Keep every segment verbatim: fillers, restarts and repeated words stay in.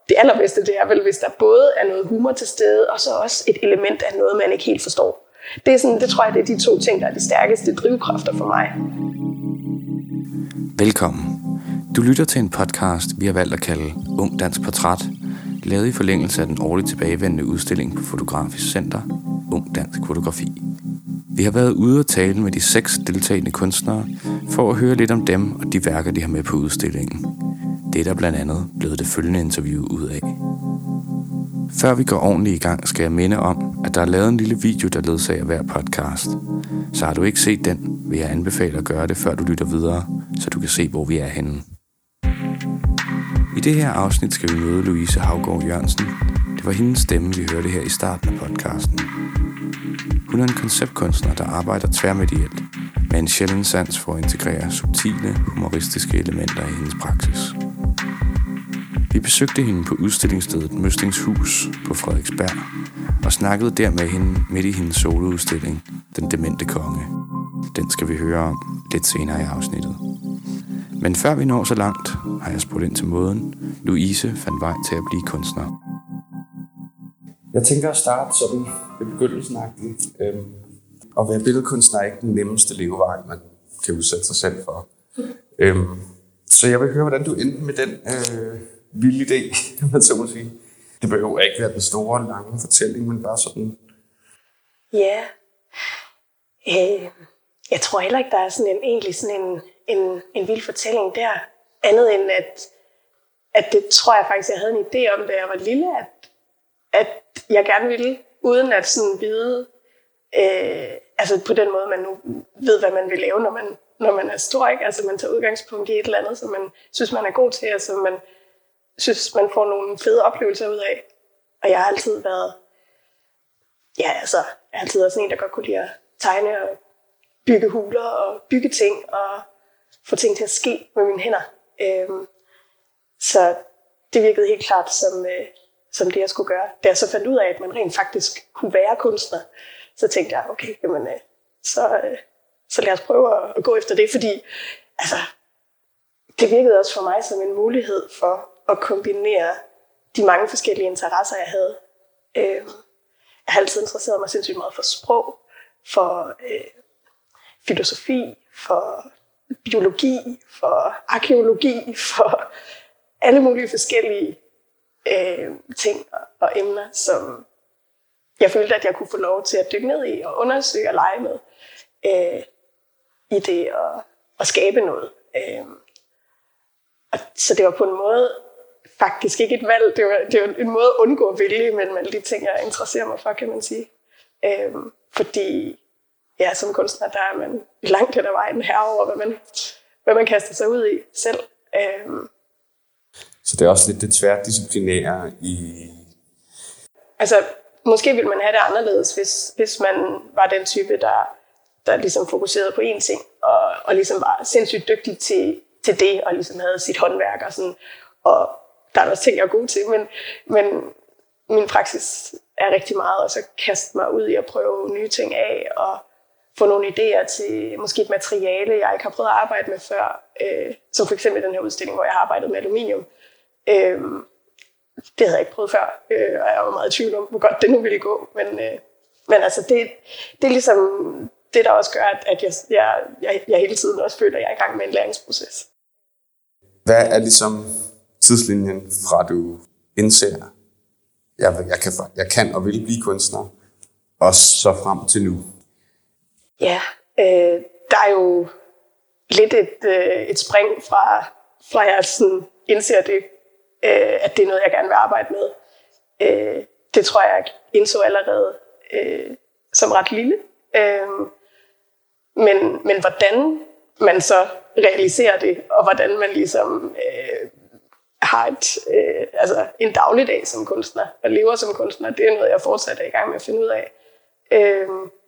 det allerbedste, det er vel, hvis der både er noget humor til stede, og så også et element af noget, man ikke helt forstår. Det, er sådan, det tror jeg, det er de to ting, der er de stærkeste drivkræfter for mig. Velkommen. Du lytter til en podcast, vi har valgt at kalde Ung Dansk Portræt, lavet i forlængelse af den årligt tilbagevendende udstilling på Fotografisk Center, Ung Dansk Fotografi. Vi har været ude og tale med de seks deltagende kunstnere, for at høre lidt om dem og de værker, de har med på udstillingen. Det er der blandt andet blevet det følgende interview ud af. Før vi går ordentligt i gang, skal jeg minde om, at der er lavet en lille video, der ledsager hver podcast. Så har du ikke set den, vil jeg anbefale at gøre det, før du lytter videre, så du kan se, hvor vi er henne. I det her afsnit skal vi møde Louise Haugaard Jørgensen. Det var hendes stemme, vi hørte her i starten af podcasten. Hun er en konceptkunstner, der arbejder tværmedielt, med en sjælden sans for at integrere subtile, humoristiske elementer i hendes praksis. Vi besøgte hende på udstillingsstedet Møstingshus på Frederiksberg, og snakkede der med hende midt i hendes soloudstilling, Den Demente Konge. Den skal vi høre om lidt senere i afsnittet. Men før vi når så langt, har jeg spurgt ind til måden, Louise fandt vej til at blive kunstner. Jeg tænker at starte sådan ved begyndelsen. Øhm, at være billedkunstner er ikke den nemmeste levevej, man kan udsætte sig selv for. Øhm, så jeg vil høre, hvordan du endte med den øh, vilde idé, kan man så må sige. Det behøver ikke være den store, lange fortælling, men bare sådan... Ja, øh, jeg tror heller ikke, der er sådan en, egentlig sådan en, en, en vild fortælling der. Andet end, at, at det tror jeg faktisk, jeg havde en idé om, da jeg var lille, at, at jeg gerne ville, uden at sådan vide, øh, altså på den måde, man nu ved, hvad man vil lave, når man, når man er stor, ikke? Altså man tager udgangspunkt i et eller andet, som man synes, man er god til, og som man synes, man får nogle fede oplevelser ud af. Og jeg har altid været, ja altså, jeg har altid været sådan en, der godt kunne lide at tegne og bygge huler og bygge ting og få ting til at ske med mine hænder. Øhm, så det virkede helt klart som, øh, som det, jeg skulle gøre. Da jeg så fandt ud af, at man rent faktisk kunne være kunstner, så tænkte jeg, okay, jamen, øh, så, øh, så lad os prøve at, at gå efter det, fordi altså, det virkede også for mig som en mulighed for at kombinere de mange forskellige interesser, jeg havde. Øh, jeg har altid interesseret mig sindssygt meget for sprog, for øh, filosofi, for biologi, for arkæologi, for alle mulige forskellige øh, ting og, og emner, som jeg følte, at jeg kunne få lov til at dykke ned i og undersøge og lege med øh, i det at, at skabe noget. Øh, og, så det var på en måde faktisk ikke et valg, det var, det var en måde at undgå at vælge mellem alle de ting, jeg interesserer mig for, kan man sige. Øh, fordi ja, som kunstner, der er man langt hen ad vejen herre over, hvad man, hvad man kaster sig ud i selv. Øhm. Så det er også lidt det tværdisciplinære i... Altså, måske ville man have det anderledes, hvis, hvis man var den type, der, der ligesom fokuserede på én ting, og, og ligesom var sindssygt dygtig til, til det, og ligesom havde sit håndværk og sådan. Og der er også ting, jeg er god til, men, men min praksis er rigtig meget at så kaste mig ud i at prøve nye ting af, og få nogle idéer til måske et materiale, jeg ikke har prøvet at arbejde med før. Øh, som for eksempel den her udstilling, hvor jeg har arbejdet med aluminium. Øh, det havde jeg ikke prøvet før, øh, og jeg var meget i tvivl om, hvor godt det nu ville gå. Men, øh, men altså, det, det er ligesom det, der også gør, at, at jeg, jeg, jeg, jeg hele tiden også føler, at jeg er i gang med en læringsproces. Hvad er ligesom tidslinjen fra du indser, jeg, jeg, kan, jeg kan og vil blive kunstner, og så frem til nu? Ja, øh, der er jo lidt et, øh, et spring fra, fra jeg sådan indser det, øh, at det er noget, jeg gerne vil arbejde med. Øh, det tror jeg, jeg indså allerede øh, som ret lille. Øh, men, men hvordan man så realiserer det, og hvordan man ligesom øh, har et, øh, altså en dagligdag som kunstner, og lever som kunstner, det er noget, jeg fortsat er i gang med at finde ud af. Øh,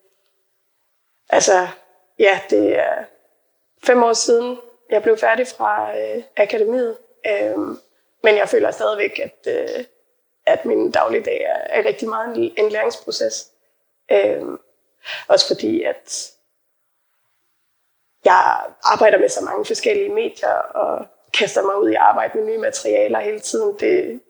Altså, ja, det er fem år siden, jeg blev færdig fra øh, akademiet. Øh, men jeg føler stadigvæk, at, øh, at min dagligdag er, er rigtig meget en, en læringsproces. Øh, også fordi, at jeg arbejder med så mange forskellige medier, og kaster mig ud i arbejde med nye materialer hele tiden. Det,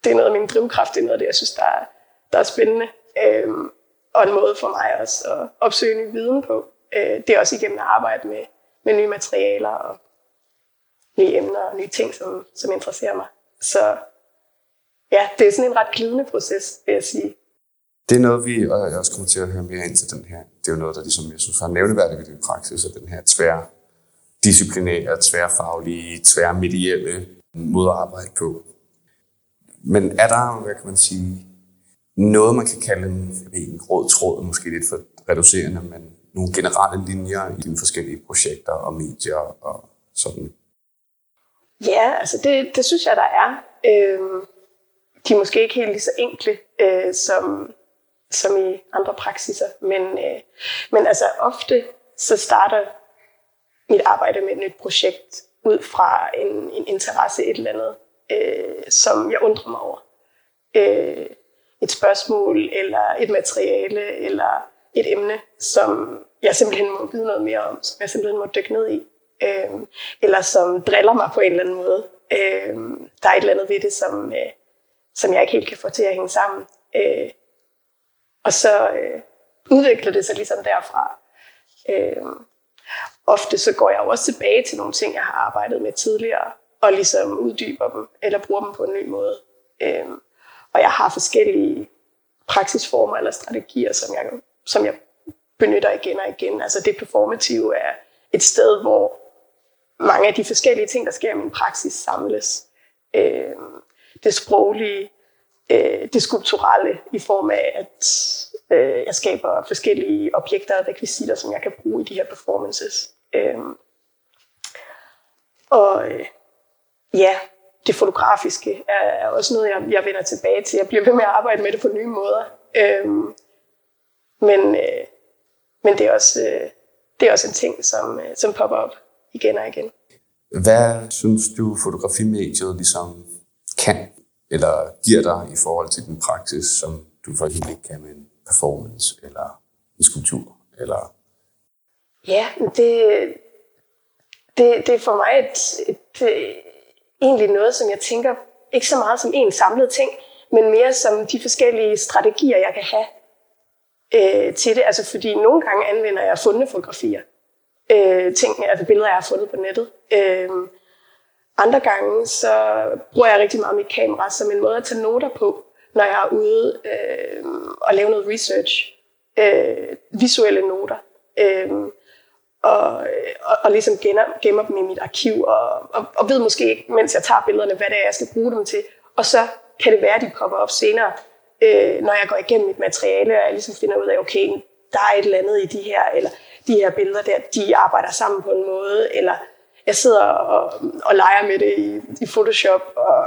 det er noget af min drivkraft, det er noget af det, jeg synes, der er, der er spændende. Øhm, og en måde for mig også at opsøge ny viden på. Øh, det er også igennem at arbejde med, med nye materialer og nye emner og nye ting, som, som interesserer mig. Så ja, det er sådan en ret glidende proces, vil jeg sige. Det er noget, vi og jeg også kommer til at høre mere ind til den her. Det er jo noget, der ligesom, jeg synes har nævneværdigt ved din praksis, og den her tværdisciplinære, tværfaglige, tværmedielle måde at arbejde på. Men er der, hvad kan man sige, noget, man kan kalde en, jeg ved, en rød tråd, måske lidt for reducerende, men nogle generelle linjer i de forskellige projekter og medier og sådan? Ja, altså det, det synes jeg, der er. Øhm, de er måske ikke helt lige så enkle øh, som, som i andre praksiser, men, øh, men altså ofte så starter mit arbejde med et nyt projekt ud fra en, en interesse, et eller andet, øh, som jeg undrer mig over. Øh, et spørgsmål, eller et materiale, eller et emne, som jeg simpelthen må vide noget mere om, som jeg simpelthen må dykke ned i. Øh, eller som driller mig på en eller anden måde. Øh, der er et eller andet ved det, som, øh, som jeg ikke helt kan få til at hænge sammen. Øh, og så øh, udvikler det sig ligesom derfra. Øh, ofte så går jeg også tilbage til nogle ting, jeg har arbejdet med tidligere, og ligesom uddyber dem, eller bruger dem på en ny måde. Øh, og jeg har forskellige praksisformer eller strategier, som jeg, som jeg benytter igen og igen. Altså det performative er et sted, hvor mange af de forskellige ting, der sker i min praksis, samles. Øh, det sproglige, øh, det skulpturelle, i form af, at øh, jeg skaber forskellige objekter og rekvisitter, som jeg kan bruge i de her performances. Øh, og øh, ja, det fotografiske er, er også noget, jeg, jeg vender tilbage til. Jeg bliver ved med at arbejde med det på nye måder. Øh, men, øh, men det er også, øh, det er også en ting, som, øh, som popper op igen og igen. Hvad synes du, fotografimediet ligesom kan eller giver dig i forhold til den praksis, som du for eksempel ikke kan med en performance eller en skulptur? Eller... Ja, det, det, det er for mig et, et, et, egentlig noget, som jeg tænker ikke så meget som en samlet ting, men mere som de forskellige strategier, jeg kan have øh, til det. Altså fordi nogle gange anvender jeg fundne fotografier. Øh, ting, altså billeder, jeg har fundet på nettet. Øh, andre gange, så bruger jeg rigtig meget mit kamera som en måde at tage noter på, når jeg er ude øh, og lave noget research. Øh, visuelle noter. Øh, og, og, og ligesom gemmer, gemmer dem i mit arkiv, og, og, og ved måske ikke, mens jeg tager billederne, hvad det er, jeg skal bruge dem til. Og så kan det være, at de popper op senere, øh, når jeg går igennem mit materiale, og jeg ligesom finder ud af, okay, der er et eller andet i de her, eller de her billeder der, de arbejder sammen på en måde, eller jeg sidder og, og leger med det i, i Photoshop, og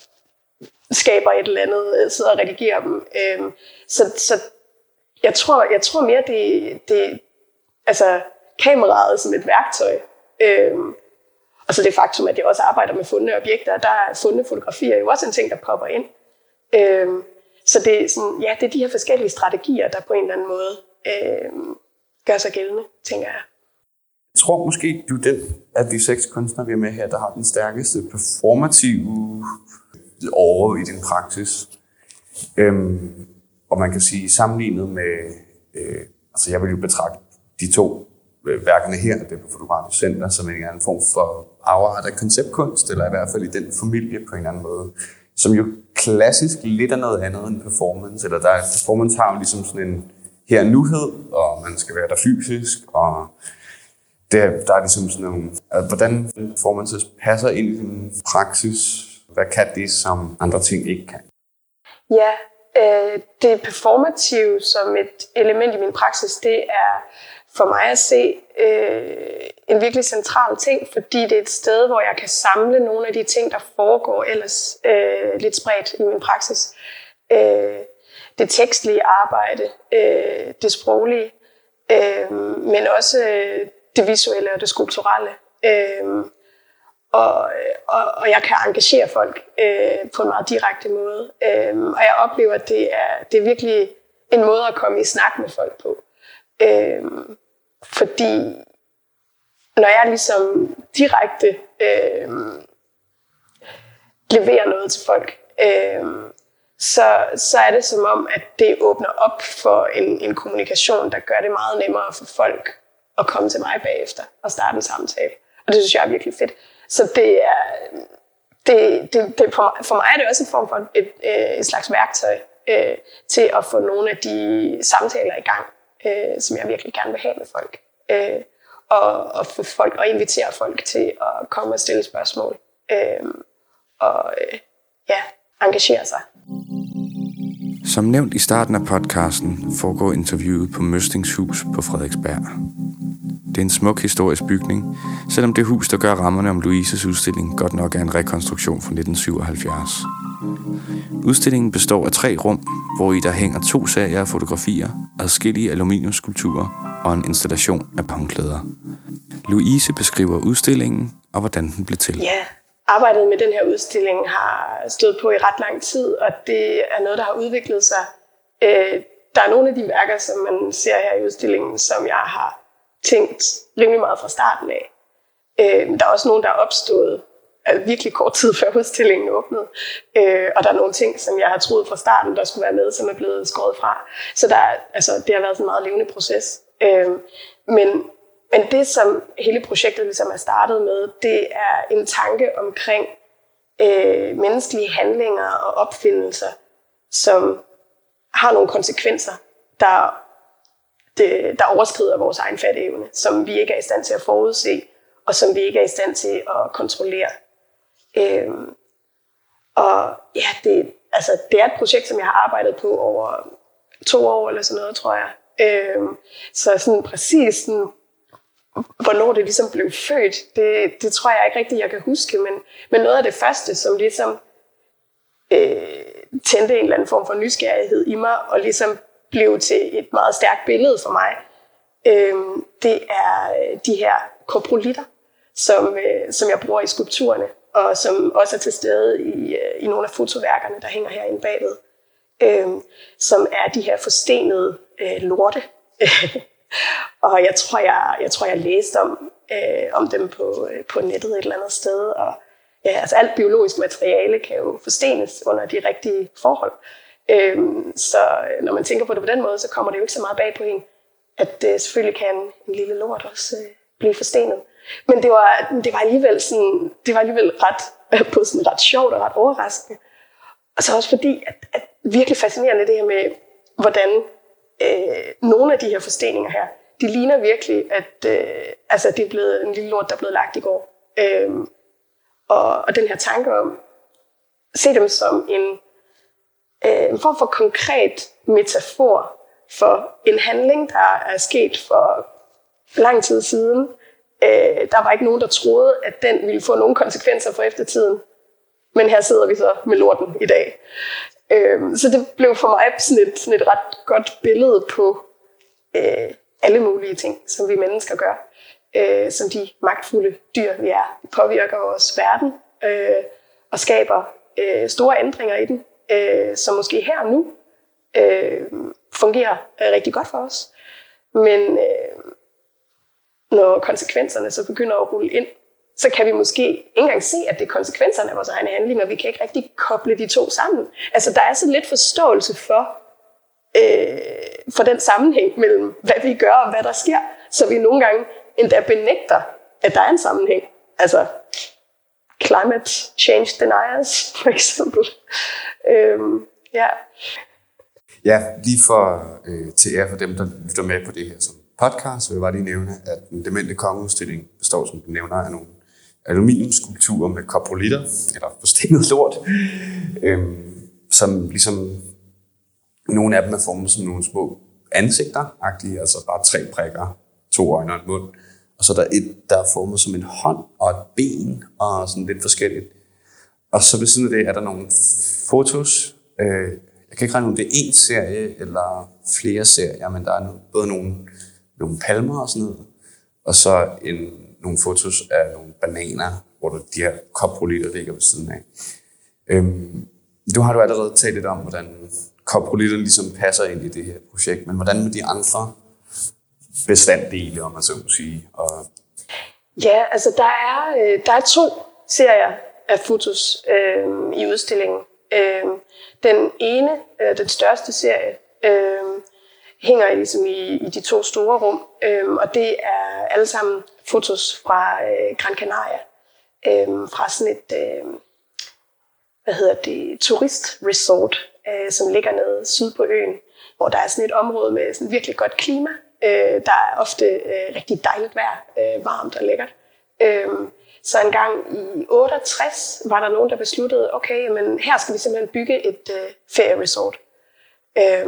skaber et eller andet, sidder og redigerer dem. Øhm, så, så jeg tror, jeg tror mere, det, det altså kameraet som et værktøj. Øhm, og så det faktum, at jeg også arbejder med fundne objekter, der er fundne fotografier jo også en ting, der popper ind. Øhm, så det er, sådan, ja, det er de her forskellige strategier, der på en eller anden måde øhm, gør sig gældende, tænker jeg. Jeg tror måske, du er den af de seks kunstnere, vi er med her, der har den stærkeste performative over i din praksis. Øhm, og man kan sige, sammenlignet med, øh, altså jeg vil jo betragte de to øh, værkerne her, det er på Fotografisk Center, som en eller anden form for afart af konceptkunst, eller i hvert fald i den familie på en eller anden måde, som jo klassisk lidt af noget andet end performance, eller der er, performance har jo ligesom sådan en her nuhed, og man skal være der fysisk, og det, der er ligesom sådan nogle, hvordan performances passer ind i din praksis, hvad kan det, som andre ting ikke kan? Ja, øh, det performative som et element i min praksis, det er for mig at se øh, en virkelig central ting, fordi det er et sted, hvor jeg kan samle nogle af de ting, der foregår ellers øh, lidt spredt i min praksis. Øh, det tekstlige arbejde, øh, det sproglige, øh, men også øh, det visuelle og det skulpturelle. Øh, og, og, og jeg kan engagere folk øh, på en meget direkte måde. Øh, og jeg oplever, at det er, det er virkelig en måde at komme i snak med folk på. Øh, fordi når jeg ligesom direkte øh, leverer noget til folk, øh, så, så er det som om, at det åbner op for en, en kommunikation, der gør det meget nemmere for folk at komme til mig bagefter og starte en samtale. Og det synes jeg er virkelig fedt. Så det er, det, det, det, for, mig, for mig er det også en form for et, et slags værktøj øh, til at få nogle af de samtaler i gang, øh, som jeg virkelig gerne vil have med folk. Øh, og, og få folk og invitere folk til at komme og stille spørgsmål. Øh, og øh, ja, engagere sig. Som nævnt i starten af podcasten foregår interviewet på Møstings Hus på Frederiksberg. Det er en smuk historisk bygning, selvom det hus, der gør rammerne om Louises udstilling, godt nok er en rekonstruktion fra nitten syvoghalvfjerds. Udstillingen består af tre rum, hvor i der hænger to serier af fotografier, adskillige aluminiumskulpturer og en installation af påklæder. Louise beskriver udstillingen og hvordan den blev til. Ja, arbejdet med den her udstilling har stået på i ret lang tid, og det er noget, der har udviklet sig. Der er nogle af de værker, som man ser her i udstillingen, som jeg har tænkt rimelig meget fra starten af. Der er også nogle, der er opstået virkelig kort tid før udstillingen åbnede. Og der er nogle ting, som jeg har troet fra starten, der skulle være med, som er blevet skåret fra. Så der er, altså, det har været sådan en meget levende proces. Men, men det, som hele projektet ligesom er startet med, det er en tanke omkring øh, menneskelige handlinger og opfindelser, som har nogle konsekvenser, der, det, der overskrider vores egen fatteevne, som vi ikke er i stand til at forudse, og som vi ikke er i stand til at kontrollere. Øhm, og ja, det, altså, det er et projekt, som jeg har arbejdet på over to år eller sådan noget, tror jeg. Øhm, så sådan præcis sådan, hvornår det ligesom blev født, det, det tror jeg ikke rigtigt, jeg kan huske, men, men noget af det første, som ligesom øh, tændte en eller anden form for nysgerrighed i mig, og ligesom blev til et meget stærkt billede for mig, øh, det er de her koprolitter, som, øh, som jeg bruger i skulpturerne, og som også er til stede i, øh, i nogle af fotoværkerne, der hænger herinde bagved, øh, som er de her forstenede øh, lorte. Og jeg tror, jeg, jeg, tror, jeg læste om, øh, om dem på, øh, på nettet et eller andet sted. Og ja, altså alt biologisk materiale kan jo forstenes under de rigtige forhold. Øhm, så når man tænker på det på den måde, så kommer det jo ikke så meget bag på en, at øh, selvfølgelig kan en, en lille lort også øh, blive forstenet. Men det var, det var alligevel, sådan, det var alligevel ret, øh, på sådan ret sjovt og ret overraskende. Og så også fordi, at, at virkelig fascinerende det her med, hvordan øh, nogle af de her forsteninger her, de ligner virkelig, at øh, altså, det er blevet en lille lort, der er blevet lagt i går. Øhm, og, og den her tanke om, se dem som en, øh, en form for konkret metafor for en handling, der er sket for lang tid siden. Øh, der var ikke nogen, der troede, at den ville få nogle konsekvenser for eftertiden. Men her sidder vi så med lorten i dag. Øh, så det blev for mig sådan et, sådan et ret godt billede på øh, alle mulige ting, som vi mennesker gør. Øh, som de magtfulde dyr, vi er. Det påvirker vores verden øh, og skaber øh, store ændringer i den, øh, som måske her og nu øh, fungerer øh, rigtig godt for os. Men øh, når konsekvenserne så begynder at rulle ind, så kan vi måske ikke engang se, at det er konsekvenserne af vores egne handlinger. Vi kan ikke rigtig koble de to sammen. Altså, der er så lidt forståelse for, øh, for den sammenhæng mellem, hvad vi gør og hvad der sker, så vi nogle gange endda benægter, at der er en sammenhæng. Altså, climate change deniers, for eksempel. Øhm, ja. Ja, lige for øh, til jer for dem, der lytter med på det her som podcast, så vil jeg bare lige nævne, at den demente kongeudstilling består, som du nævner, af nogle aluminiumskulpturer med koprolitter, eller forstenet lort, øhm, som ligesom, nogle af dem er formet som nogle små ansigter-agtige, altså bare tre prikker, to øjne og en mund. Og så er der et, der er formet som en hånd og et ben, og sådan lidt forskelligt. Og så ved siden af det er der nogle fotos. Øh, jeg kan ikke regne om det er én serie eller flere serier, men der er både nogle, nogle palmer og sådan noget. Og så en, nogle fotos af nogle bananer, hvor der de her koprolitter ligger ved siden af. Øhm, du har du allerede talt lidt om, hvordan koprolitter ligesom passer ind i det her projekt, men hvordan med de andre bestanddele, om man så må sige? Og ja, altså der er, der er to serier af fotos øh, i udstillingen. Øh, den ene, øh, den største serie, øh, hænger ligesom i, i de to store rum, øh, og det er alle sammen fotos fra øh, Gran Canaria, øh, fra sådan et øh, hvad hedder det, turistresort, øh, som ligger nede syd på øen, hvor der er sådan et område med sådan virkelig godt klima. Øh, der er ofte øh, rigtig dejligt vejr, øh, varmt og lækkert. Øh, så en gang i otteogtres var der nogen, der besluttede, okay, jamen, her skal vi simpelthen bygge et øh, ferieresort. Øh,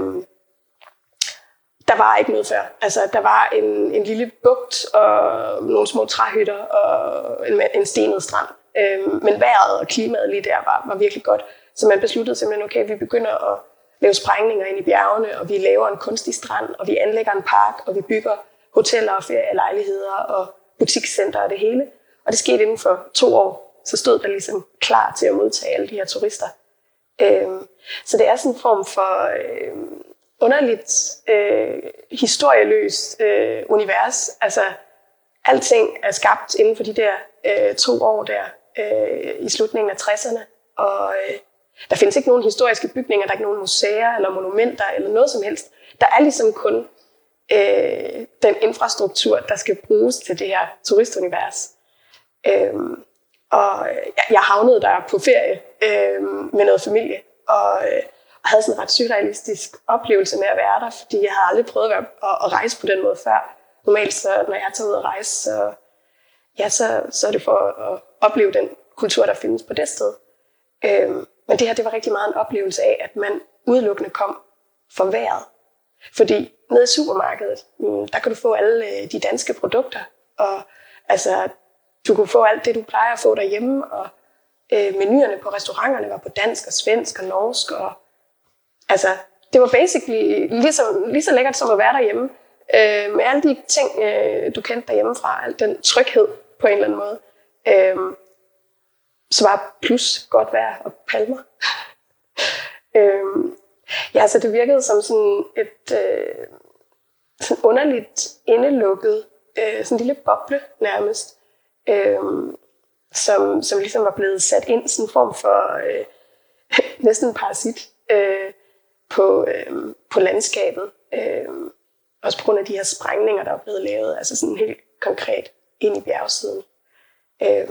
der var ikke noget før. Altså, der var en, en lille bugt og nogle små træhytter og en, en stenet strand. Øh, men vejret og klimaet lige der var, var virkelig godt. Så man besluttede simpelthen, okay, vi begynder at lave sprængninger ind i bjergene, og vi laver en kunstig strand, og vi anlægger en park, og vi bygger hoteller og ferielejligheder og butikscenter og det hele. Og det skete inden for to år. Så stod der ligesom klar til at modtage alle de her turister. Øhm, så det er sådan en form for øh, underligt, øh, historieløst øh, univers. Altså, alting er skabt inden for de der øh, to år der øh, i slutningen af tresserne. Og øh, der findes ikke nogen historiske bygninger, der er ikke nogen museer eller monumenter eller noget som helst. Der er ligesom kun øh, den infrastruktur, der skal bruges til det her turistunivers. Øhm, og jeg, jeg havnede der på ferie øhm, med noget familie, og, øh, og havde sådan en ret surrealistisk oplevelse med at være der, fordi jeg havde aldrig prøvet at, være, at, at rejse på den måde før. Normalt, så, når jeg tager ud og rejse, så, ja, så, så er det for at opleve den kultur, der findes på det sted. Øhm, men det her, det var rigtig meget en oplevelse af, at man udelukkende kom for vejret. Fordi nede i supermarkedet, der kan du få alle de danske produkter, og altså, du kunne få alt det, du plejer at få derhjemme, og øh, menuerne på restauranterne var på dansk og svensk og norsk. Og, altså, det var basically lige så, lige så lækkert som at være derhjemme. Øh, med alle de ting, øh, du kendte derhjemmefra, al den tryghed på en eller anden måde. Øh, så var plus godt vejr og palmer. øh, ja, så det virkede som sådan et øh, sådan underligt indelukket, øh, sådan en lille boble nærmest. Øhm, som, som ligesom var blevet sat ind sådan en form for øh, næsten en parasit øh, på, øh, på landskabet. Øh, også på grund af de her sprængninger, der er blevet lavet, altså sådan helt konkret ind i bjergsiden. Øh,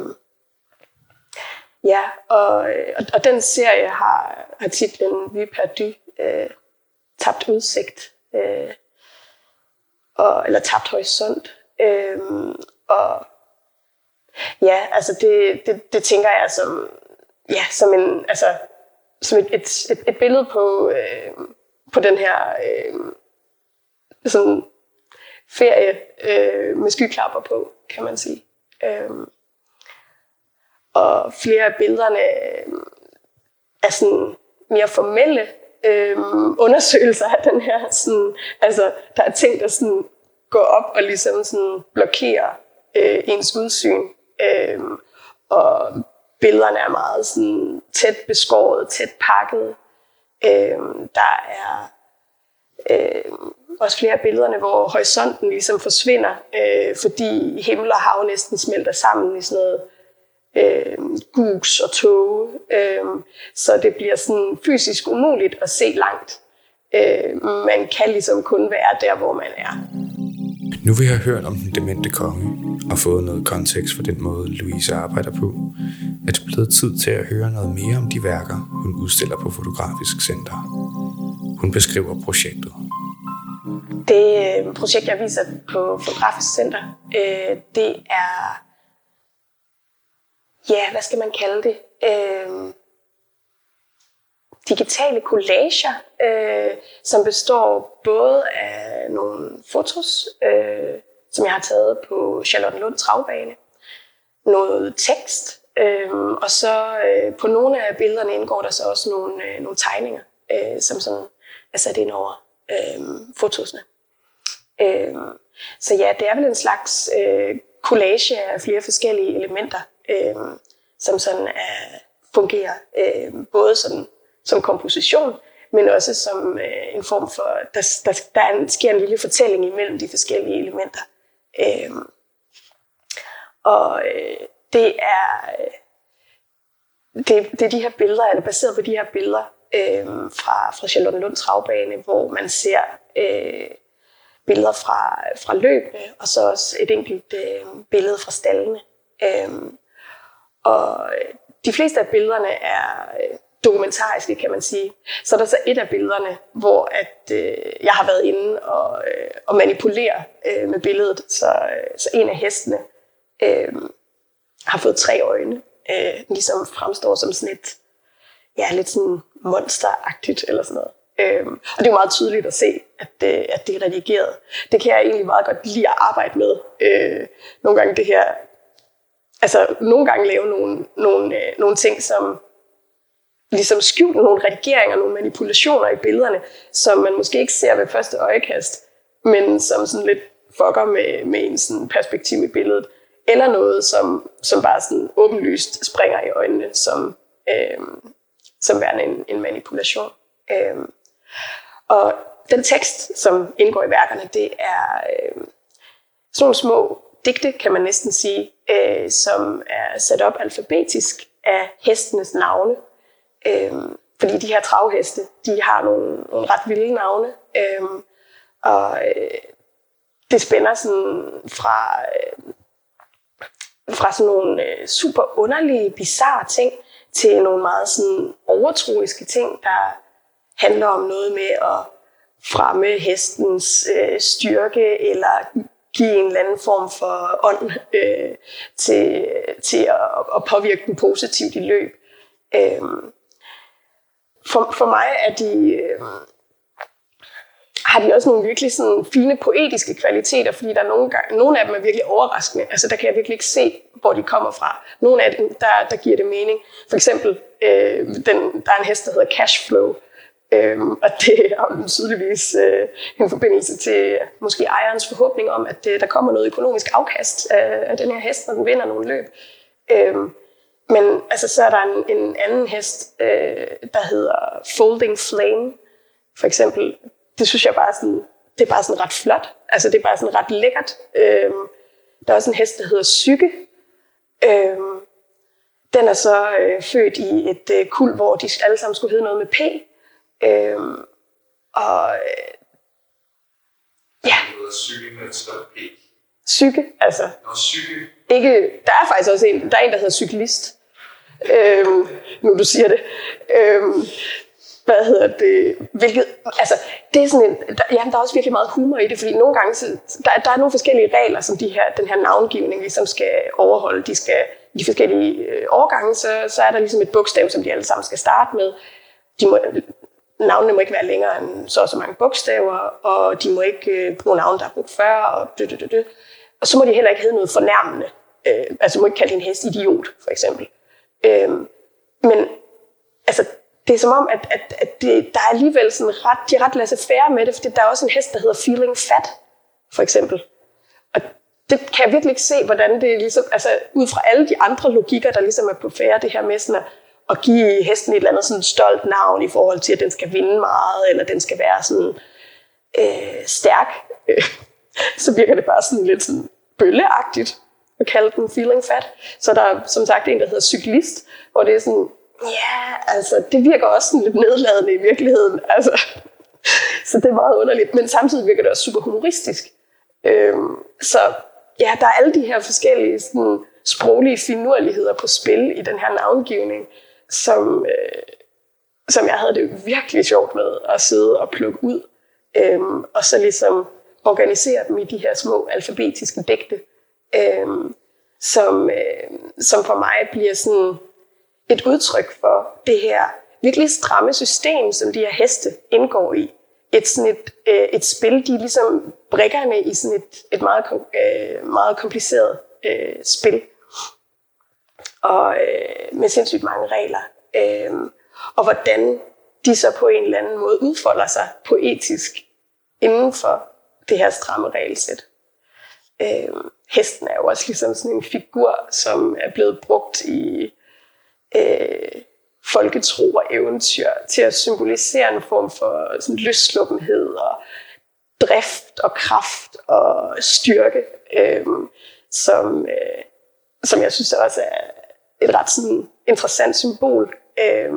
ja, og, og, og den serie har, har titlen Vue perdu, øh, tabt udsigt, øh, og, eller tabt horisont. Øh, og Ja, altså det, det, det tænker jeg som, ja, som, en, altså, som et, et, et, et billede på, øh, på den her øh, sådan ferie øh, med skyklapper på, kan man sige. Øh, og flere af billederne er sådan mere formelle øh, undersøgelser af den her. Sådan, altså, der er ting, der sådan går op og ligesom sådan blokerer øh, ens udsyn. Øhm, og billederne er meget sådan tæt beskåret, tæt pakket. Øhm, der er øhm, også flere af billederne, hvor horisonten ligesom forsvinder, øh, fordi himmel og hav næsten smelter sammen i sådan noget øhm, gus og tåge. Øhm, så det bliver sådan fysisk umuligt at se langt. Øh, man kan ligesom kun være der, hvor man er. Nu vi har hørt om den demente konge og fået noget kontekst for den måde, Louise arbejder på, er det blevet tid til at høre noget mere om de værker, hun udstiller på Fotografisk Center. Hun beskriver projektet. Det øh, projekt, jeg viser på Fotografisk Center, øh, det er, ja, hvad skal man kalde det? Øh, digitale collager, øh, som består både af nogle fotos, øh, som jeg har taget på Charlottenlund Travbane, noget tekst, øh, og så øh, på nogle af billederne indgår der så også nogle, øh, nogle tegninger, øh, som sådan er sat ind over øh, fotosene. Øh, så ja, det er vel en slags øh, collage af flere forskellige elementer, øh, som sådan er, fungerer øh, både sådan som komposition, men også som øh, en form for, der, der, der er en, sker en lille fortælling imellem de forskellige elementer. Øh, og øh, det er, det, det er de her billeder, eller baseret på de her billeder øh, fra, fra Charlottenlund Travbane, hvor man ser øh, billeder fra, fra løbene, og så også et enkelt øh, billede fra stallene. Øh, og de fleste af billederne er øh, dokumentariske, kan man sige. Så er der så et af billederne, hvor at, øh, jeg har været inde og, øh, og manipulere øh, med billedet, så, øh, så en af hestene øh, har fået tre øjne, øh, ligesom fremstår som sådan et, ja, lidt sådan monsteragtigt eller sådan noget. Øhm, og det er jo meget tydeligt at se, at det, at det er redigeret. Det kan jeg egentlig meget godt lide at arbejde med. Øh, nogle gange det her, altså nogle gange lave nogle, nogle, øh, nogle ting, som ligesom skjuler nogle redigeringer, nogle manipulationer i billederne, som man måske ikke ser ved første øjekast, men som sådan lidt fucker med, med en sådan perspektiv i billedet. Eller noget, som, som bare sådan åbenlyst springer i øjnene, som, øh, som værende en, en manipulation. Øh, og den tekst, som indgår i værkerne, det er øh, sådan nogle små digte, kan man næsten sige, øh, som er sat op alfabetisk af hestenes navne. Øh, fordi de her travheste, de har nogle, nogle ret vilde navne. Øh, og øh, det spænder sådan fra... Øh, fra sådan nogle øh, super underlige, bizarre ting, til nogle meget sådan overtroiske ting, der handler om noget med at fremme hestens øh, styrke, eller give en eller anden form for ånd øh, til, til at, at påvirke den positivt i løb. Øh, for, for mig er de... Øh, har de også nogle virkelig sådan fine poetiske kvaliteter, fordi der er nogle, gange, nogle af dem er virkelig overraskende. Altså der kan jeg virkelig ikke se, hvor de kommer fra. Nogle af dem, der, der giver det mening. For eksempel, øh, den, der er en hest, der hedder Cashflow, øh, og det har tydeligvis øh, en forbindelse til måske ejerens forhåbning om, at øh, der kommer noget økonomisk afkast af, af den her hest, når den vinder nogle løb. Øh, men altså, så er der en, en anden hest, øh, der hedder Folding Flame, for eksempel. Det synes jeg bare sådan, det er bare sådan ret flot. Altså det er bare sådan ret lækkert. Øhm, der er også en hest, der hedder Psyke. Øhm, den er så øh, født i et øh, kuld, hvor de alle sammen skulle hedde noget med P. Øhm, og øh, ja. Psyke med et stort P. Psyke, altså. Nå, Psyke. Ikke, der er faktisk også en, der er en, der hedder Cyklist. Øhm, nu du siger det. Øhm, Hvad hedder det? Hvilket, altså, det er sådan en, der, jamen, der er også virkelig meget humor i det, fordi nogle gange, så, der, der er nogle forskellige regler, som de her, den her navngivning ligesom skal overholde. De skal, de forskellige øh, årgange, så, så er der ligesom et bogstav, som de alle sammen skal starte med. De må, navnene må ikke være længere end så og så mange bogstaver, og de må ikke øh, bruge navne, der er brugt før, og dø, dø, dø, dø. Og så må de heller ikke hedde noget fornærmende. Øh, altså, de må ikke kalde en hest idiot, for eksempel. Øh, men, altså, det er som om, at, at, at det, der er alligevel sådan ret, de er ret laissez-faire med det, fordi der er også en hest, der hedder Feeling Fat, for eksempel. Og det kan jeg virkelig ikke se, hvordan det ligesom, altså ud fra alle de andre logikker, der ligesom er på færre, det her med sådan at, at give hesten et eller andet sådan stolt navn i forhold til, at den skal vinde meget, eller den skal være sådan øh, stærk, øh, så virker det bare sådan lidt sådan bølleagtigt at kalde den Feeling Fat. Så der er som sagt en, der hedder Cyklist, hvor det er sådan, ja, altså, det virker også sådan lidt nedladende i virkeligheden. Altså, så det er meget underligt. Men samtidig virker det også super humoristisk. Øhm, så ja, der er alle de her forskellige sådan, sproglige finurligheder på spil i den her navngivning, som, øh, som jeg havde det virkelig sjovt med at sidde og plukke ud. Øhm, og så ligesom organisere dem i de her små alfabetiske digte, øhm, som, øh, som for mig bliver sådan et udtryk for det her virkelig stramme system, som de her heste indgår i. Et, sådan et, øh, et spil, de er ligesom brikkerne i sådan et, et meget, øh, meget kompliceret øh, spil. Og øh, med sindssygt mange regler. Øh, og hvordan de så på en eller anden måde udfolder sig poetisk inden for det her stramme regelsæt. Øh, hesten er jo også ligesom sådan en figur, som er blevet brugt i Øh, folketro og eventyr til at symbolisere en form for sådan løssluppenhed og drift og kraft og styrke, øh, som, øh, som jeg synes også er et ret sådan interessant symbol øh,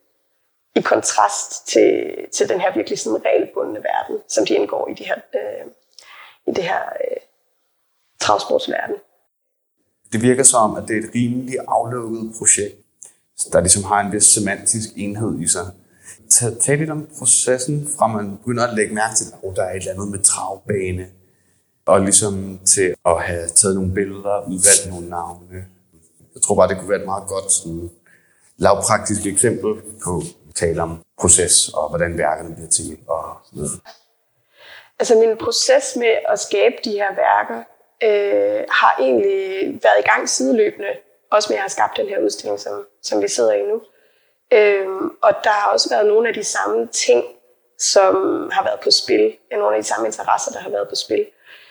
i kontrast til, til den her virkelig sådan regelbundne verden, som de indgår i, de her, øh, i det her øh, travsportsverden. Det virker som, at det er et rimelig aflukket projekt, der ligesom har en vis semantisk enhed i sig. Tag, tag lidt om processen, fra man begynder at lægge mærke til, at oh, der er et eller andet med travbane, og ligesom til at have taget nogle billeder, udvalgt nogle navne. Jeg tror bare, det kunne være et meget godt sådan, lavpraktisk eksempel på at tale om proces og hvordan værkerne bliver til og sådan noget. Altså min proces med at skabe de her værker øh, har egentlig været i gang sideløbende, også med at have skabt den her udstilling, som, som vi sidder i nu. Øhm, og der har også været nogle af de samme ting, som har været på spil. Nogle af de samme interesser, der har været på spil.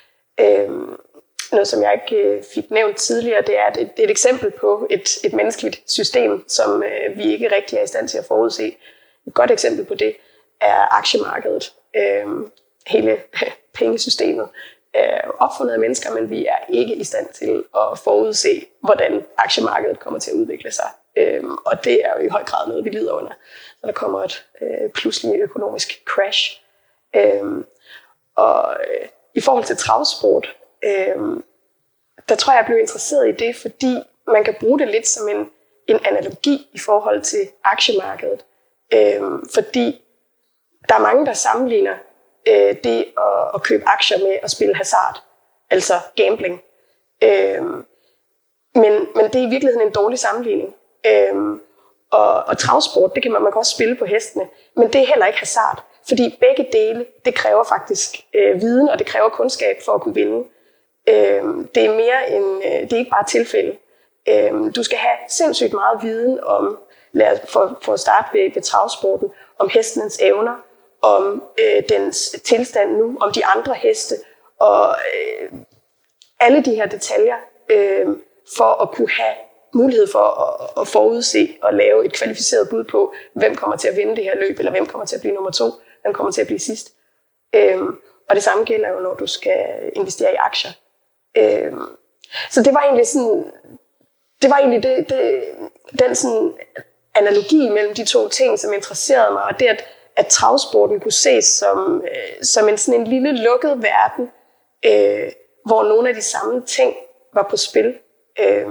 Øhm, noget, som jeg ikke fik nævnt tidligere, det er, et, det er et eksempel på et, et menneskeligt system, som øh, vi ikke rigtig er i stand til at forudse. Et godt eksempel på det er aktiemarkedet. Øhm, hele pengesystemet er opfundet af mennesker, men vi er ikke i stand til at forudse, hvordan aktiemarkedet kommer til at udvikle sig. Øhm, og det er jo i høj grad noget, vi lider under, når der kommer et øh, pludselig økonomisk crash. Øhm, og øh, i forhold til travsport, øh, der tror jeg, jeg blev interesseret i det, fordi man kan bruge det lidt som en, en analogi i forhold til aktiemarkedet. Øh, fordi der er mange, der sammenligner øh, det at, at købe aktier med at spille hasard, altså gambling. Øh, men, men det er i virkeligheden en dårlig sammenligning. Øhm, og, og travsport, det kan man, man kan også spille på hestene, men det er heller ikke hasard, fordi begge dele, det kræver faktisk øh, viden, og det kræver kundskab for at kunne vinde. Øhm, det er mere en, øh, det er ikke bare tilfælde. Øhm, du skal have sindssygt meget viden om, lad os for, for at starte ved, ved travsporten, om hestens evner, om øh, dens tilstand nu, om de andre heste, og øh, alle de her detaljer, øh, for at kunne have mulighed for at, at forudse og lave et kvalificeret bud på, hvem kommer til at vinde det her løb, eller hvem kommer til at blive nummer to, hvem kommer til at blive sidst. Øhm, og det samme gælder jo, når du skal investere i aktier. Øhm, så det var egentlig sådan, det var egentlig det, det, den sådan analogi mellem de to ting, som interesserede mig, og det, at, at travsporten kunne ses som, øh, som en, sådan en lille lukket verden, øh, hvor nogle af de samme ting var på spil. Øh,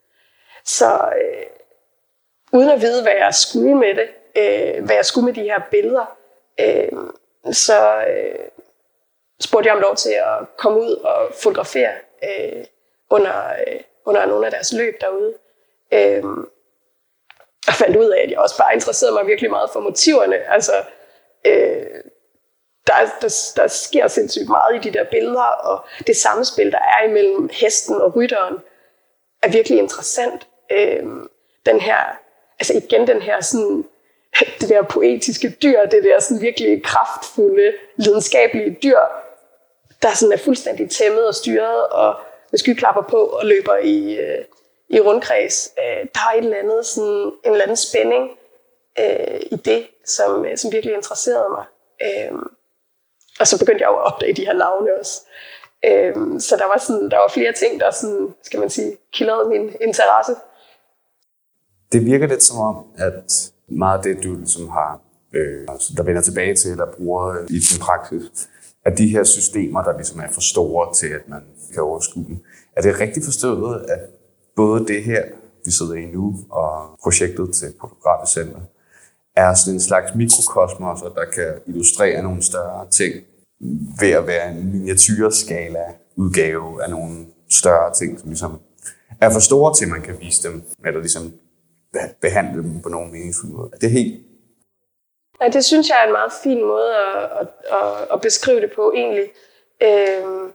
Så øh, uden at vide, hvad jeg skulle med det, øh, hvad jeg skulle med de her billeder, øh, så øh, spurgte jeg om lov til at komme ud og fotografere øh, under, øh, under nogle af deres løb derude. Øh, og fandt ud af, at jeg også bare interesserede mig virkelig meget for motiverne. Altså, øh, der, der, der sker sindssygt meget i de der billeder, og det samspil, der er imellem hesten og rytteren, er virkelig interessant. Øhm, den her, altså igen den her sådan, det der poetiske dyr, det der sådan virkelig kraftfulde, lidenskabelige dyr, der sådan er fuldstændig tæmmet og styret, og med skyklapper på og løber i, øh, i rundkreds. Øh, der er et eller andet, sådan, en eller anden spænding øh, i det, som, som virkelig interesserede mig. Øh, og så begyndte jeg jo at opdage de her navne også. Øhm, så der var, sådan, der var flere ting, der sådan, skal man sige, kildrede min interesse. Det virker lidt som om, at meget af det, du ligesom har, øh, der vender tilbage til, eller bruger i din praksis, at de her systemer, der ligesom er for store til, at man kan overskue dem. Er det rigtigt forstået, at både det her, vi sidder i nu, og projektet til Fotografisk Center, er sådan en slags mikrokosmos, der kan illustrere nogle større ting, ved at være en miniatyrskala udgave af nogle større ting, som ligesom er for store til, at man kan vise dem, eller ligesom behandle dem på nogen meningsfuld måde. Det er helt... Ja, det synes jeg er en meget fin måde at, at, at, at beskrive det på, egentlig. Øhm,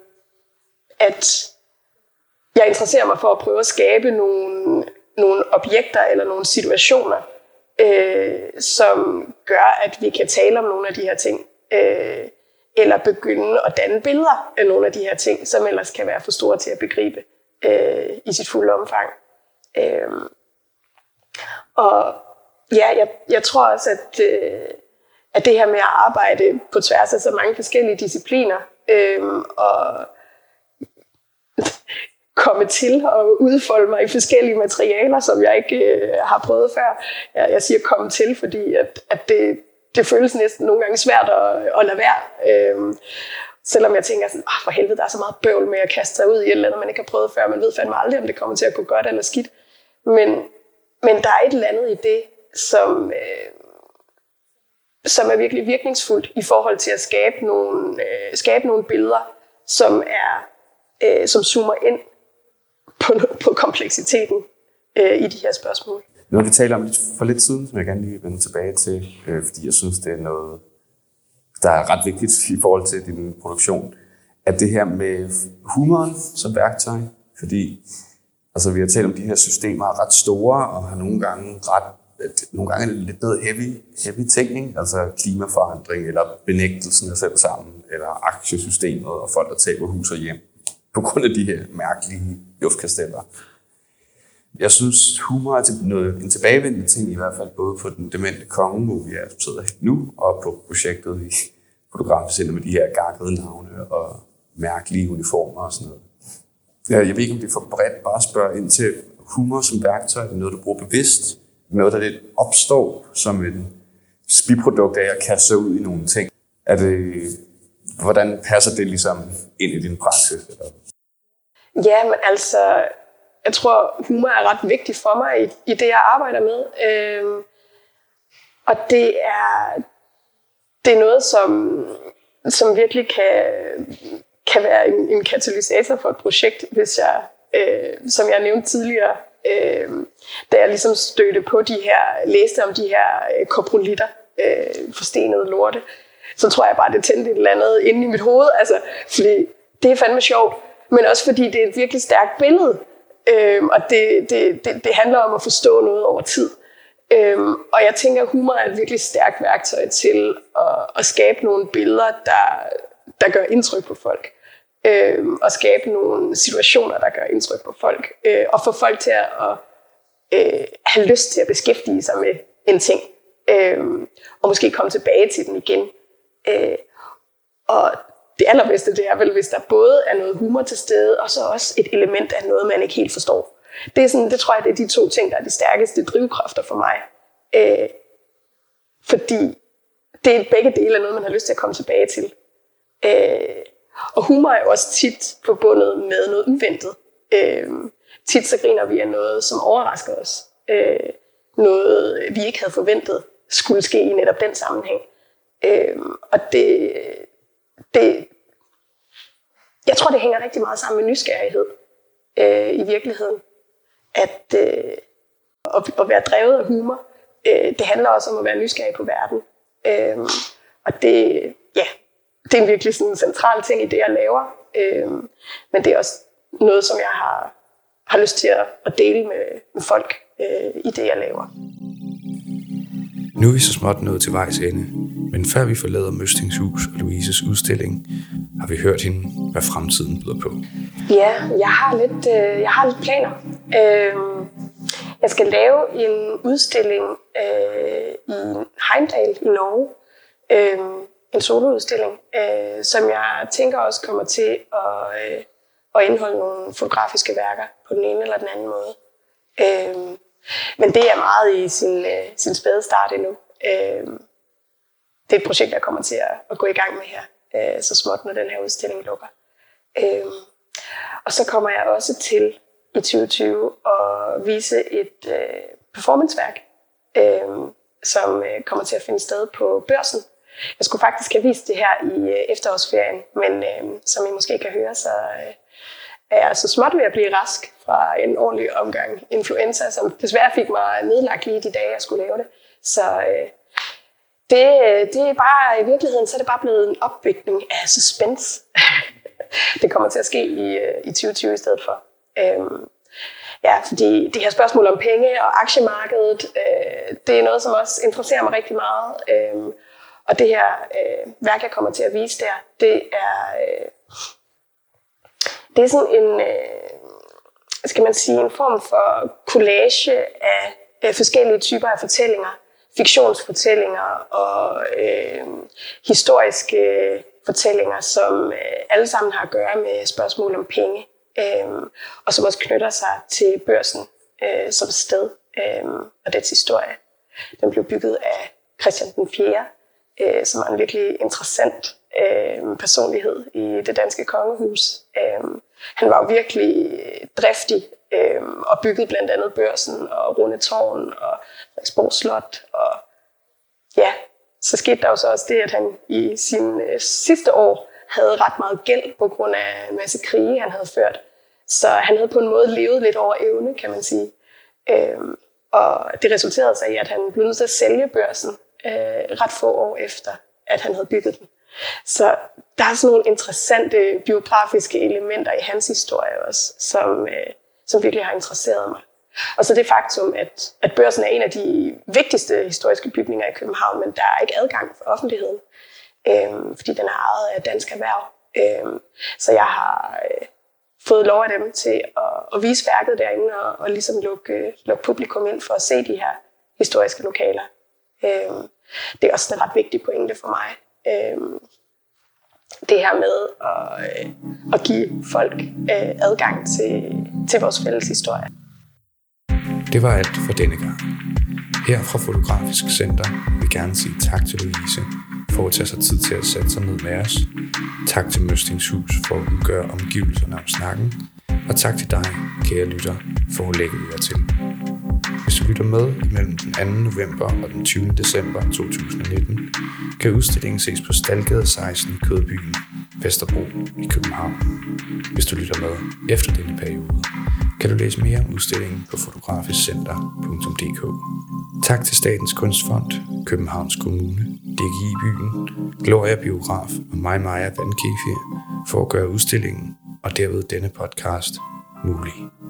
at jeg interesserer mig for at prøve at skabe nogle, nogle objekter eller nogle situationer, øh, som gør, at vi kan tale om nogle af de her ting. Øh, eller begynde at danne billeder af nogle af de her ting, som ellers kan være for store til at begribe øh, i sit fulde omfang. Øh, og ja, jeg, jeg tror også, at, øh, at det her med at arbejde på tværs af så mange forskellige discipliner, øh, og komme til at udfolde mig i forskellige materialer, som jeg ikke øh, har prøvet før. Jeg, jeg siger komme til, fordi at, at det, det føles næsten nogle gange svært at, at lade være. Øhm, selvom jeg tænker sådan, oh, for helvede, der er så meget bøvl med at kaste sig ud i et eller andet, man ikke har prøvet før. Man ved fandme aldrig, om det kommer til at gå godt eller skidt. Men, men der er et eller andet i det, som, øh, som er virkelig virkningsfuldt i forhold til at skabe nogle, øh, skabe nogle billeder, som, er, øh, som zoomer ind på, på kompleksiteten øh, i de her spørgsmål. Noget, vi taler om for lidt siden, som jeg gerne lige vil vende tilbage til, øh, fordi jeg synes, det er noget, der er ret vigtigt i forhold til din produktion, at det her med humoren som værktøj, fordi altså, vi har talt om, de her systemer er ret store, og har nogle gange ret, nogle gange lidt noget heavy, heavy ting, ikke? Altså klimaforandring, eller benægtelsen af selv sammen, eller aktiesystemet, og folk, der taber hus og hjem, på grund af de her mærkelige luftkasteller. Jeg synes, humor er til noget, en tilbagevendende ting, i hvert fald både på den demente konge, hvor vi er sidder nu, og på projektet i Fotografisk Center med de her gakkede navne og mærkelige uniformer og sådan noget. Jeg ved ikke, om det er for bredt bare at spørge ind til humor som værktøj. Det er noget, du bruger bevidst. Noget, der lidt opstår som en biprodukt af at kaste sig ud i nogle ting. Er det, hvordan passer det ligesom ind i din praksis? Eller? Ja, men altså, jeg tror, humor er ret vigtigt for mig i, i det, jeg arbejder med. Øhm, og det er, det er noget, som, som virkelig kan, kan være en, en katalysator for et projekt, hvis jeg, øh, som jeg nævnte tidligere, øh, da jeg ligesom stødte på de her, læste om de her øh, koprolitter, øh, forstenede lorte, så tror jeg bare, det tændte et eller andet inde i mit hoved, altså, fordi det er fandme sjovt, men også fordi det er et virkelig stærkt billede, øh, og det, det, det, det handler om at forstå noget over tid. Øhm, og jeg tænker, at humor er et virkelig stærkt værktøj til at, at skabe nogle billeder, der, der gør indtryk på folk. Øhm, og skabe nogle situationer, der gør indtryk på folk. Øh, og få folk til at, at øh, have lyst til at beskæftige sig med en ting. Øh, og måske komme tilbage til den igen. Øh, og det allerbedste, det er vel, hvis der både er noget humor til stede, og så også et element af noget, man ikke helt forstår. Det, er sådan, det tror jeg, det er de to ting, der er de stærkeste drivkræfter for mig. Øh, fordi det er begge dele af noget, man har lyst til at komme tilbage til. Øh, og humor er jo også tit forbundet med noget uventet. Øh, tit så griner vi af noget, som overrasker os. Øh, noget, vi ikke havde forventet, skulle ske i netop den sammenhæng. Øh, og det, det... Jeg tror, det hænger rigtig meget sammen med nysgerrighed øh, i virkeligheden. At, øh, at, at være drevet af humor, øh, det handler også om at være nysgerrig på verden. Øh, og det, ja, det er en virkelig sådan en central ting i det, jeg laver. Øh, men det er også noget, som jeg har, har lyst til at, at dele med, med folk øh, i det, jeg laver. Nu er vi så småt nået til vejs ende, men før vi forlader Møstingshus og Louises udstilling, har vi hørt hende, hvad fremtiden byder på. Ja, jeg har lidt, øh, jeg har lidt planer. Øh, jeg skal lave en udstilling øh, i Heimdal i Norge. Øh, en soloudstilling, øh, som jeg tænker også kommer til at, øh, at indeholde nogle fotografiske værker på den ene eller den anden måde. Øh, men det er meget i sin, øh, sin spæde start endnu. Øh, det er et projekt, jeg kommer til at, at gå i gang med her, øh, så småt, når den her udstilling lukker. Øh, og så kommer jeg også til i tyve tyve at vise et øh, performanceværk, øh, som øh, kommer til at finde sted på Børsen. Jeg skulle faktisk have vist det her i øh, efterårsferien, men øh, som I måske kan høre, så øh, er jeg så småt ved at blive rask fra en ordentlig omgang influenza, som desværre fik mig nedlagt lige de dage, jeg skulle lave det. Så øh, det, det er bare, i virkeligheden, så er det bare blevet en opbygning af suspense. Det kommer til at ske i, i tyve tyve i stedet for. Øhm, ja, fordi det her spørgsmål om penge og aktiemarkedet, øh, det er noget, som også interesserer mig rigtig meget. Øhm, og det her øh, værk, jeg kommer til at vise der, det er, øh, det er sådan en, øh, skal man sige, en form for collage af øh, forskellige typer af fortællinger. Fiktionsfortællinger og øh, historiske fortællinger, som øh, alle sammen har at gøre med spørgsmål om penge. øhm, og som også knytter sig til Børsen øh, som sted øhm, og dets historie. Den blev bygget af Christian den fjerde, øh, som var en virkelig interessant øh, personlighed i det danske kongehus. Øh, han var jo virkelig driftig øh, og byggede blandt andet Børsen og Rundetårn og Frederiksborg Slot. Og ja, så skete der jo så også det, at han i sine øh, sidste år havde ret meget gæld på grund af en masse krige, han havde ført. Så han havde på en måde levet lidt over evne, kan man sige. Øh, og det resulterede sig i, at han blev nødt til at sælge Børsen øh, ret få år efter, at han havde bygget den. Så der er sådan nogle interessante biografiske elementer i hans historie også, som, øh, som virkelig har interesseret mig. Og så det faktum, at, at Børsen er en af de vigtigste historiske bygninger i København, men der er ikke adgang for offentligheden, øh, fordi den er ejet af Dansk Erhverv. Øh, så jeg har øh, fået lov af dem til at, at vise værket derinde og, og ligesom lukke, lukke publikum ind for at se de her historiske lokaler. Øh, det er også en ret vigtig pointe for mig. Øh, det her med at, øh, at give folk øh, adgang til, til vores fælles historie. Det var alt for denne gang. Her fra Fotografisk Center vil jeg gerne sige tak til Louise for at tage sig tid til at sætte sig ned med os. Tak til Møstingshus for at udgøre omgivelserne om snakken. Og tak til dig, kære lytter, for at lægge øre til. Hvis du lytter med mellem den anden november og den tyvende december to tusind nitten, kan udstillingen ses på Stalgade seksten i Kødbyen, Vesterbro i København. Hvis du lytter med efter denne periode, kan du læse mere om udstillingen på fotografisk center punktum d k. Tak til Statens Kunstfond, Københavns Kommune, D G I-byen, Gloria Biograf og mig, Maja Vandkefir, for at gøre udstillingen og derved denne podcast mulig.